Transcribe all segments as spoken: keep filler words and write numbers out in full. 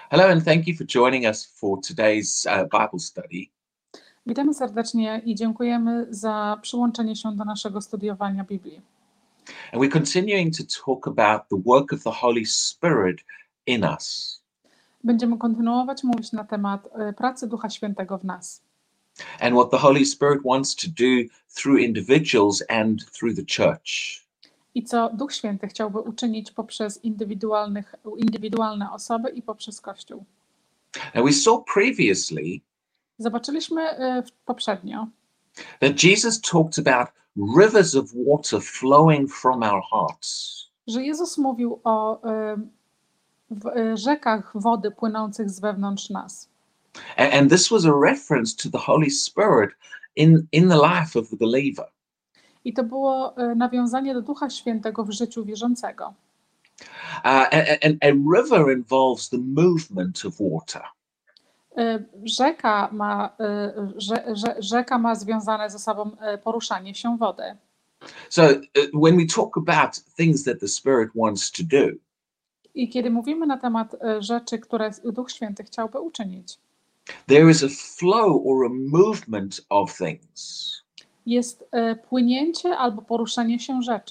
Hello, and thank you for joining us for today's uh, Bible study. Witamy serdecznie i dziękujemy za przyłączenie się do naszego studiowania Biblii. And we're continuing to talk about the work of the Holy Spirit in us. Będziemy kontynuować mówić na temat e, pracy Ducha Świętego w nas And what the Holy Spirit wants to do through individuals and through the church. i co Duch Święty chciałby uczynić poprzez indywidualnych, indywidualne osoby i poprzez Kościół. Now, we saw previously Zobaczyliśmy e, w- poprzednio, that Jesus talked about rivers of water flowing from our hearts. że Jezus mówił o e, w, e, rzekach wody płynących z wewnątrz nas. And, and this was a reference to the Holy Spirit in, in the life of the believer. I to było e, nawiązanie do Ducha Świętego w życiu wierzącego. Uh, and, and a river involves the movement of water. E, Rzeka ma, e, rze, rze, rzeka ma związane ze sobą e, poruszanie się wody. So uh, when we talk about things that the Spirit wants to do, I kiedy mówimy na temat e, rzeczy, które Duch Święty chciałby uczynić, there is a flow or a movement of things. jest e, płynięcie albo poruszanie się rzeczy.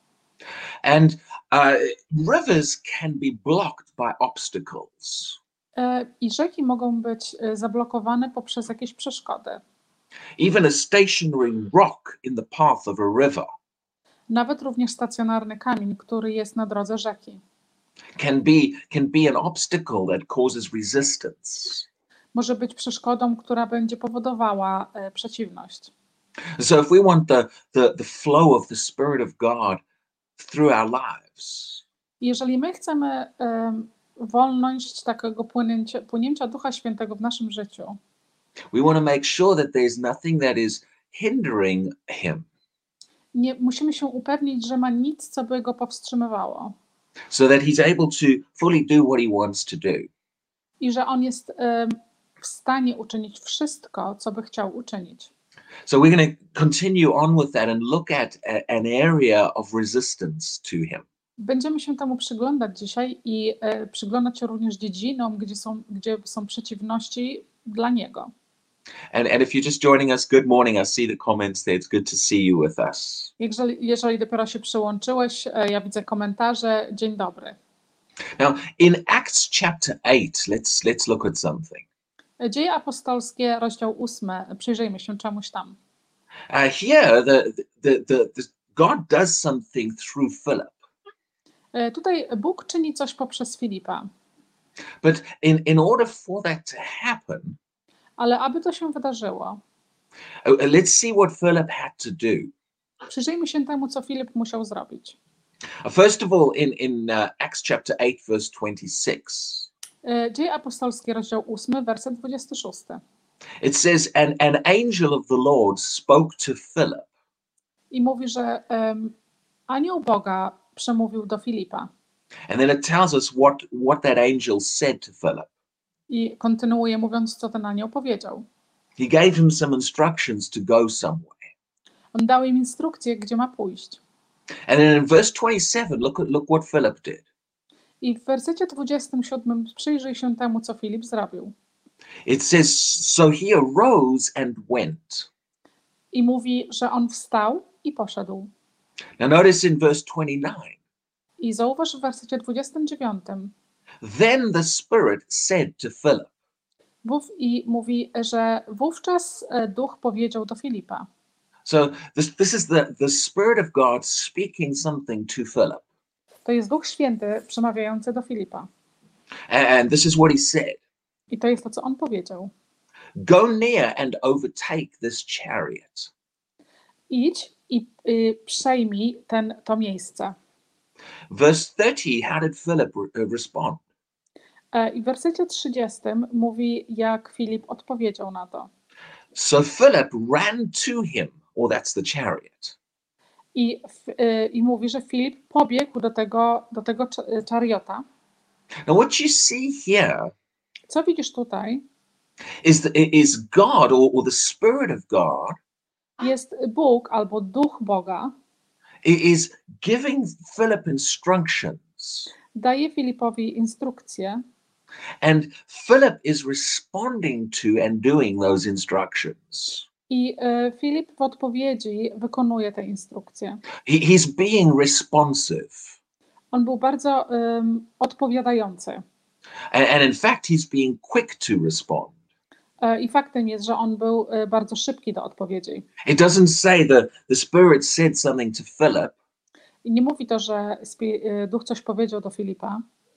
And uh, rivers can be blocked by obstacles. E, I rzeki mogą być e, zablokowane poprzez jakieś przeszkody. Even a stationary rock in the path of a river Nawet również stacjonarny kamień, który jest na drodze rzeki. can be, can be an obstacle that causes resistance. Może być przeszkodą, która będzie powodowała e, przeciwność. So if we want the, the, the flow of the Spirit of God through our lives, Jeżeli my chcemy em, wolność takiego płynięcia, płynięcia Ducha Świętego w naszym życiu, we want to make sure that there's nothing that is hindering Him, nie, musimy się upewnić, że ma nic, co by go powstrzymywało so that He's able to fully do what He wants to do. i że On jest em, w stanie uczynić wszystko, co by chciał uczynić. So we're going to continue on with that and look at a, an area of resistance to Him. Będziemy się temu przyglądać dzisiaj i e, przyglądać się również dziedzinom, gdzie są, gdzie są przeciwności dla Niego. And, and if you're just joining us, good morning. I see the comments there. It's good to see you with us. Jeżeli, jeżeli dopiero się przyłączyłeś, e, ja widzę komentarze. Dzień dobry. Now, in Acts chapter eight, let's let's look at something. Dzieje apostolskie, rozdział ósmy. Przyjrzyjmy się czemuś tam. Uh, here, the, the, the, the God does something through Philip, E, Tutaj Bóg czyni coś poprzez Filipa, but in, in order for that to happen, ale aby to się wydarzyło, uh, let's see what Philip had to do. przyjrzyjmy się temu, co Filip musiał zrobić. Uh, First of all, in, in uh, Acts chapter eight, verse twenty-six, E, Dzieje apostolskie, rozdział ósmy, werset dwudziesty szósty. it says, and an angel of the Lord spoke to Philip, I mówi, że em, anioł Boga przemówił do Filipa. and then it tells us what, what that angel said to Philip. I kontynuuje mówiąc, co ten anioł powiedział. He gave him some instructions to go somewhere. On dał im instrukcję, gdzie ma pójść. And then in verse twenty-seven, look at look what Philip did. I w wersecie dwudziestym siódmym przyjrzyj się temu, co Filip zrobił. It says, so he arose and went. I mówi, że on wstał i poszedł. Now notice in verse twenty-nine, I zauważ w wersecie dwudziestym dziewiątym. then the Spirit said to Philip. Wów, I mówi, że wówczas e, Duch powiedział do Filipa. So this, this is the, the Spirit of God speaking something to Philip. To jest Duch Święty przemawiający do Filipa. And, and this is what he said. I to jest to, co on powiedział. Go near and overtake this chariot. Idź i y, przejmij ten, to miejsce. Verse thirty, how did Philip re- uh, respond? E, I w wersecie trzydziestym mówi, jak Filip odpowiedział na to. So Philip ran to him, or that's the chariot. I, f- y, I mówi, że Filip pobiegł do tego, do tego cza- y, czariota. Now what you see here Co widzisz tutaj? is, the, is God or, or the Spirit of God Jest Bóg albo Duch Boga, i- is giving Philip instructions daje Filipowi instrukcję, And Philip is responding to and doing those instructions. I e, Filip w odpowiedzi wykonuje te instrukcje. He, he's being responsive. On był bardzo um, odpowiadający. And, and in fact, he's being quick to respond. E, I faktem jest, że on był e, bardzo szybki do odpowiedzi. It doesn't say the, the Spirit said something to Philip, I nie mówi to, że spi- e, Duch coś powiedział do Filipa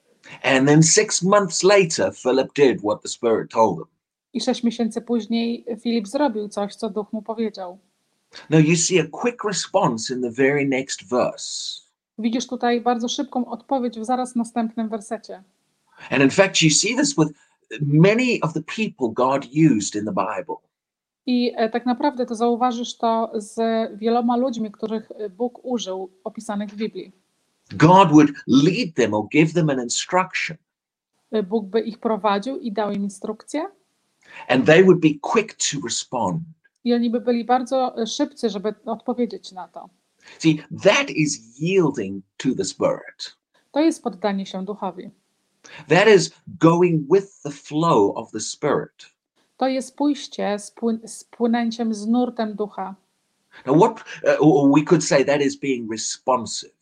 and then six months later, Philip did what the Spirit told him. i sześć miesięcy później Filip zrobił coś, co Duch mu powiedział. No, you see a quick response in the very next verse. Widzisz tutaj bardzo szybką odpowiedź w zaraz następnym wersecie. And in fact, you see this with many of the people God used in the Bible. I e, tak naprawdę to zauważysz to z wieloma ludźmi, których e, Bóg użył, opisanych w Biblii. God would lead them or give them an instruction, E, Bóg by ich prowadził i dał im instrukcje and they would be quick to respond. i oni by byli bardzo e, szybcy, żeby odpowiedzieć na to. See, that is yielding to the Spirit. To jest poddanie się Duchowi. That is going with the flow of the Spirit. To jest pójście z, płyn- z płynęciem z nurtem Ducha. Now, what uh, or we could say that is being responsive.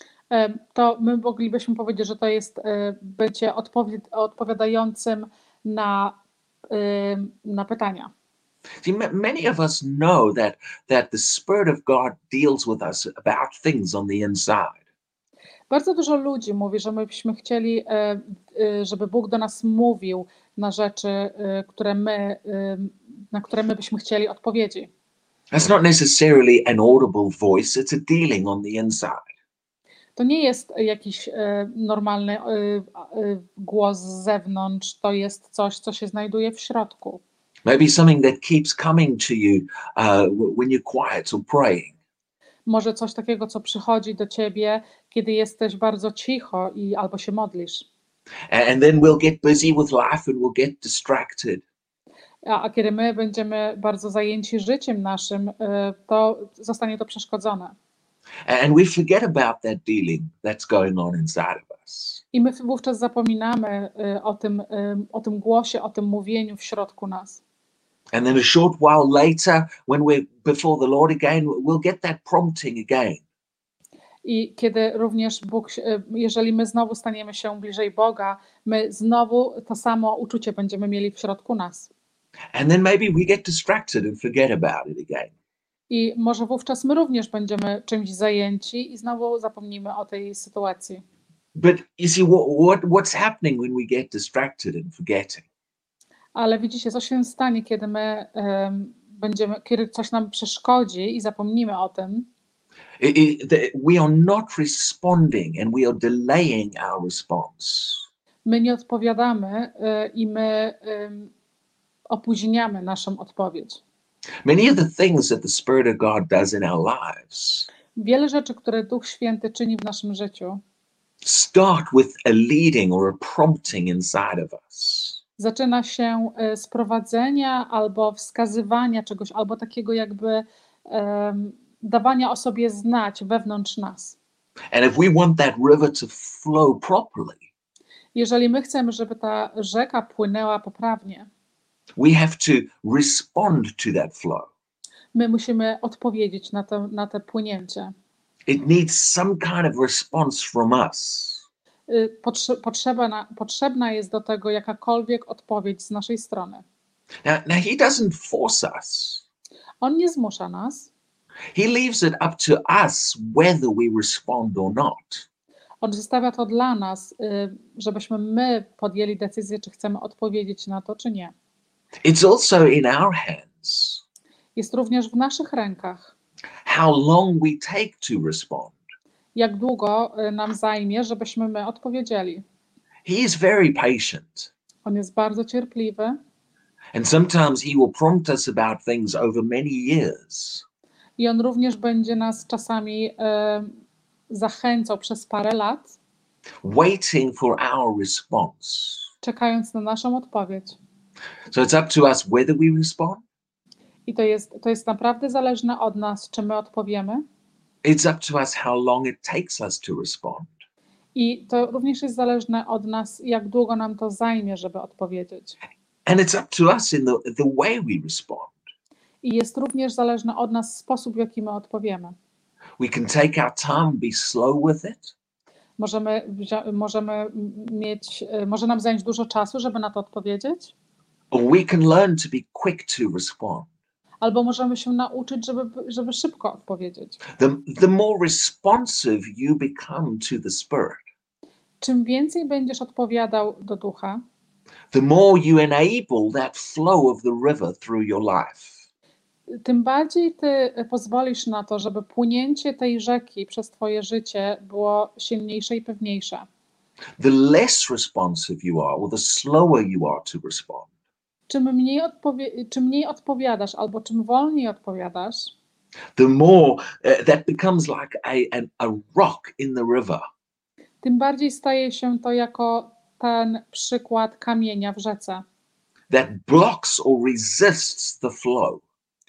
E, To my moglibyśmy powiedzieć, że to jest e, bycie odpowi- odpowiadającym na, e, na pytania. See, ma- many of us know that that the Spirit of God deals with us about things on the inside. Bardzo dużo ludzi mówi, że my byśmy chcieli, e, e, żeby Bóg do nas mówił na rzeczy, e, które my, e, na które my byśmy chcieli odpowiedzi. That's not necessarily an audible voice, it's a dealing on the inside. To nie jest jakiś e, normalny e, e, głos z zewnątrz, to jest coś, co się znajduje w środku. Maybe something that keeps coming to you uh, w- when you're quiet or praying. Może coś takiego, co przychodzi do ciebie, kiedy jesteś bardzo cicho i albo się modlisz. A- And then we'll get busy with life and we'll get distracted. A, a kiedy my będziemy bardzo zajęci życiem naszym, e, to zostanie to przeszkodzone. A- And we forget about that dealing that's going on inside of us. I my wówczas zapominamy y, o tym, y, o tym głosie, o tym mówieniu w środku nas. And then a short while later, when we're before the Lord again, we'll get that prompting again. I kiedy również Bóg, się- y, jeżeli my znowu staniemy się bliżej Boga, my znowu to samo uczucie będziemy mieli w środku nas. And then maybe we get distracted and forget about it again. I może wówczas my również będziemy czymś zajęci i znowu zapomnimy o tej sytuacji. But you see, what, what what's happening when we get distracted and forgetting? Ale widzicie, co się stanie, kiedy my em, będziemy, kiedy coś nam przeszkodzi i zapomnimy o tym, It- it- the- we are not responding and we are delaying our response. my nie odpowiadamy y, i my ym, opóźniamy naszą odpowiedź. Many of the things that the Spirit of God does in our lives Wiele rzeczy, które Duch Święty czyni w naszym życiu, start with a leading or a prompting inside of us. zaczyna się y, z prowadzenia albo wskazywania czegoś, albo takiego jakby em, dawania o sobie znać wewnątrz nas. And if we want that river to flow properly, Jeżeli my chcemy, żeby ta rzeka płynęła poprawnie, we have to respond to that flow. my musimy odpowiedzieć na to, na to płynięcie. It needs some kind of response from us. Y, Potrze- potrzeba na, potrzebna jest do tego jakakolwiek odpowiedź z naszej strony. Now, now he doesn't force us. On nie zmusza nas, He leaves it up to us whether we respond or not. on zostawia to dla nas, y, żebyśmy my podjęli decyzję, czy chcemy odpowiedzieć na to, czy nie. It's also in our hands Jest również w naszych rękach, how long we take to respond. jak długo y, nam zajmie, żebyśmy my odpowiedzieli. He is very patient, On jest bardzo cierpliwy and sometimes he will prompt us about things over many years. i on również będzie nas czasami y, zachęcał przez parę lat, Waiting for our response. czekając na naszą odpowiedź. So it's up to us whether we respond. I to jest, to jest naprawdę zależne od nas, czy my odpowiemy, It's up to us how long it takes us to respond. I to również jest zależne od nas, jak długo nam to zajmie, żeby odpowiedzieć. And it's up to us in the, the way we respond. I jest również zależne od nas sposób, w jaki my odpowiemy. We can take our time, be slow with it. Możemy, wzi- możemy mieć, y, może nam zająć dużo czasu, żeby na to odpowiedzieć, Or we can learn to be quick to respond. albo możemy się nauczyć, żeby, żeby szybko odpowiedzieć. The, the more responsive you become to the Spirit, Czym więcej będziesz odpowiadał do ducha, the more you enable that flow of the river through your life. tym bardziej ty pozwolisz na to, żeby płynięcie tej rzeki przez twoje życie było silniejsze i pewniejsze. The less responsive you are, or the slower you are to respond, Czym mniej, odpowie- czym mniej odpowiadasz, albo czym wolniej odpowiadasz, the more uh, that becomes like a, an, a rock in the river. tym bardziej staje się to jako ten przykład kamienia w rzece, That blocks or resists the flow.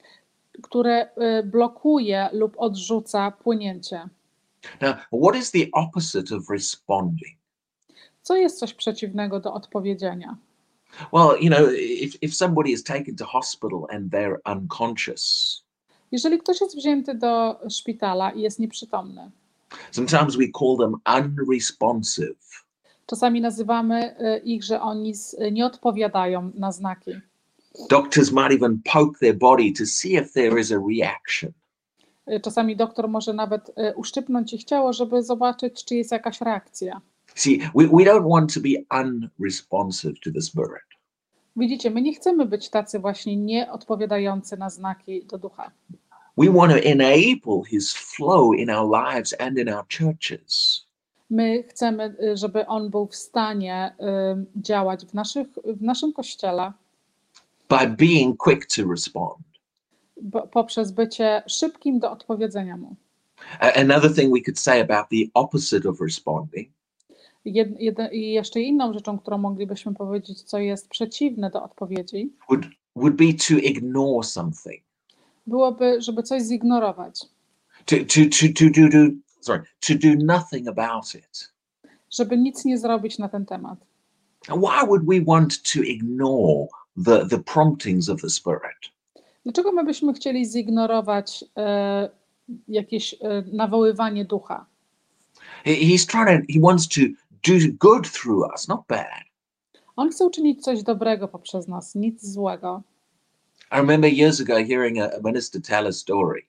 które y, blokuje lub odrzuca płynięcie. Now, what is the opposite of responding? Co jest coś przeciwnego do odpowiedzenia? Well, you know, if, if somebody is taken to hospital and they're unconscious, Jeżeli ktoś jest wzięty do szpitala i jest nieprzytomny, sometimes we call them unresponsive. czasami nazywamy y, ich, że oni z- nie odpowiadają na znaki. Doctors might even poke their body to see if there is a reaction. Y, Czasami doktor może nawet y, uszczypnąć ich ciało, żeby zobaczyć, czy jest jakaś reakcja. See, we, we don't want to be unresponsive to the Spirit. Widzicie, my nie chcemy być tacy właśnie nieodpowiadający na znaki do ducha. We want to enable His flow in our lives and in our churches. My chcemy, y, żeby on był w stanie y, działać w, naszych, w naszym kościele By being quick to respond. bo- poprzez bycie szybkim do odpowiedzenia mu. A- Another thing we could say about the opposite of responding Jed, jed, I jeszcze inną rzeczą, którą moglibyśmy powiedzieć, co jest przeciwne do odpowiedzi, would would be to ignore something, byłoby, żeby coś zignorować, to to to to do, do sorry to do nothing about it. żeby nic nie zrobić na ten temat. And why would we want to ignore the the promptings of the Spirit? Dlaczego my byśmy chcieli zignorować e, jakieś e, nawoływanie ducha? He- He's trying to. He wants to do good through us, not bad. On chce uczynić coś dobrego poprzez nas, nic złego. I remember years ago hearing a, a minister tell a story.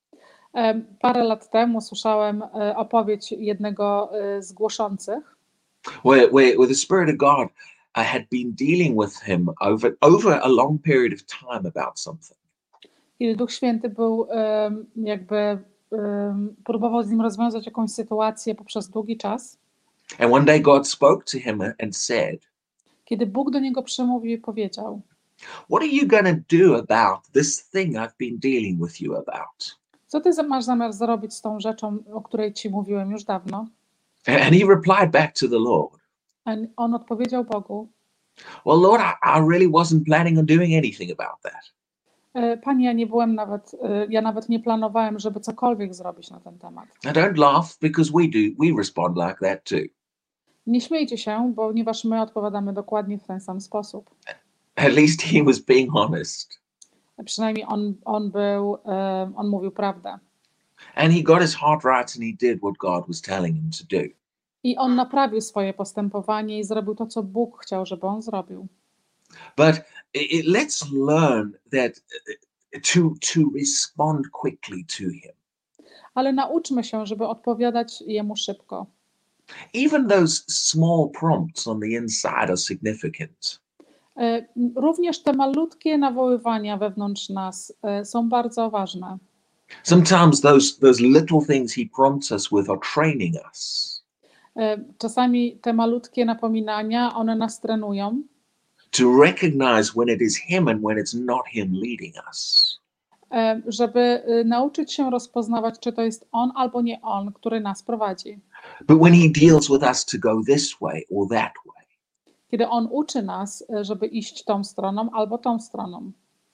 E, Parę lat temu słyszałem e, opowieść jednego e, z głoszących, where, where, where the Spirit of God uh, had been dealing with him over, over a long period of time about something. kiedy Duch Święty był em, jakby em, próbował z nim rozwiązać jakąś sytuację poprzez długi czas, And one day God spoke to him and said, kiedy Bóg do niego przemówił i powiedział: what are you going to do about this thing I've been dealing with you about? co ty za- masz zamiar zrobić z tą rzeczą, o której ci mówiłem już dawno? And and he replied back to the Lord, A on odpowiedział Bogu: well, Lord, I, I really wasn't planning on doing anything about that. "E, Panie, ja nie byłem nawet, e, ja nawet nie planowałem, żeby cokolwiek zrobić na ten temat. Now don't laugh because we do, we respond like that too. Nie śmiejcie się, ponieważ my odpowiadamy dokładnie w ten sam sposób. At least he was being honest. Przynajmniej on, on był, e, on mówił prawdę. And he got his heart right and he did what God was telling him to do. I on naprawił swoje postępowanie i zrobił to, co Bóg chciał, żeby on zrobił. But it, it- let's learn that uh, to to respond quickly to him. Ale nauczmy się, żeby odpowiadać jemu szybko. Even those small prompts on the inside are significant. E, Również te malutkie nawoływania wewnątrz nas e, są bardzo ważne. Sometimes those those little things he prompts us with are training us E, Czasami te malutkie napominania, one nas trenują, to recognize when it is him and when it's not him leading us. e, żeby e, nauczyć się rozpoznawać, czy to jest on albo nie on, który nas prowadzi. But when he deals with us to go this way or that way, Kiedy on uczy nas, e, żeby iść tą stroną albo tą stroną.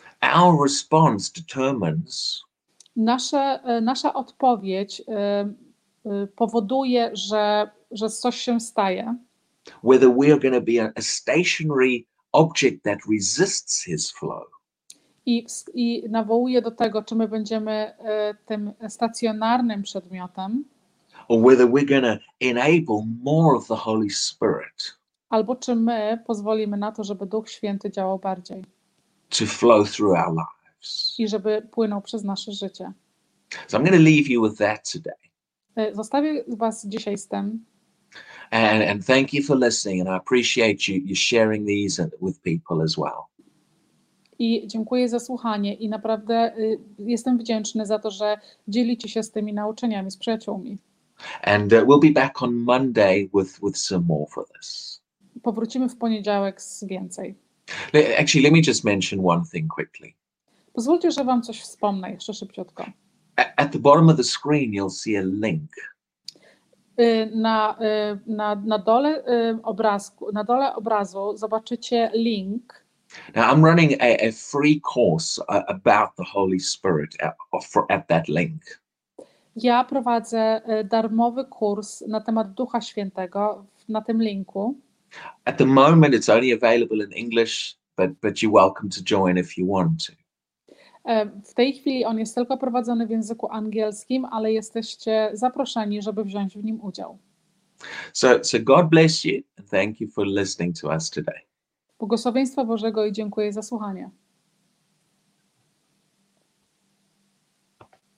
our response determines Nasze, e, nasza odpowiedź e, y, powoduje, że, że coś się staje, whether we are going to be a, a stationary object that resists his flow, i, ws- i nawołuje do tego, czy my będziemy y, tym stacjonarnym przedmiotem, or whether we're going to enable more of the Holy Spirit albo czy my pozwolimy na to, żeby Duch Święty działał bardziej to flow through our lives. i żeby płynął przez nasze życie. So I'm going to leave you with that today. Y, Zostawię Was dzisiaj z tym. And, and thank you for listening. And I appreciate you, you sharing these with people as well. I dziękuję za słuchanie i naprawdę y, jestem wdzięczny za to, że dzielicie się z tymi nauczaniami z przyjaciółmi. And uh, we'll be back on Monday with, with some more for this. Powrócimy w poniedziałek z więcej. Le- Actually, let me just mention one thing quickly. Pozwólcie, że Wam coś wspomnę jeszcze szybciutko. A- At the bottom of the screen, you'll see a link. Y, Na, y, na, na, dole, y, obrazku, na dole obrazu zobaczycie link. Now, I'm running a, a free course uh, about the Holy Spirit at, of- at that link. Ja prowadzę y, darmowy kurs na temat Ducha Świętego w- na tym linku. At the moment, it's only available in English, but, but you're welcome to join if you want to. E, W tej chwili on jest tylko prowadzony w języku angielskim, ale jesteście zaproszeni, żeby wziąć w nim udział. So, so God bless you, and thank you for listening to us today. Błogosławieństwa Bożego i dziękuję za słuchanie.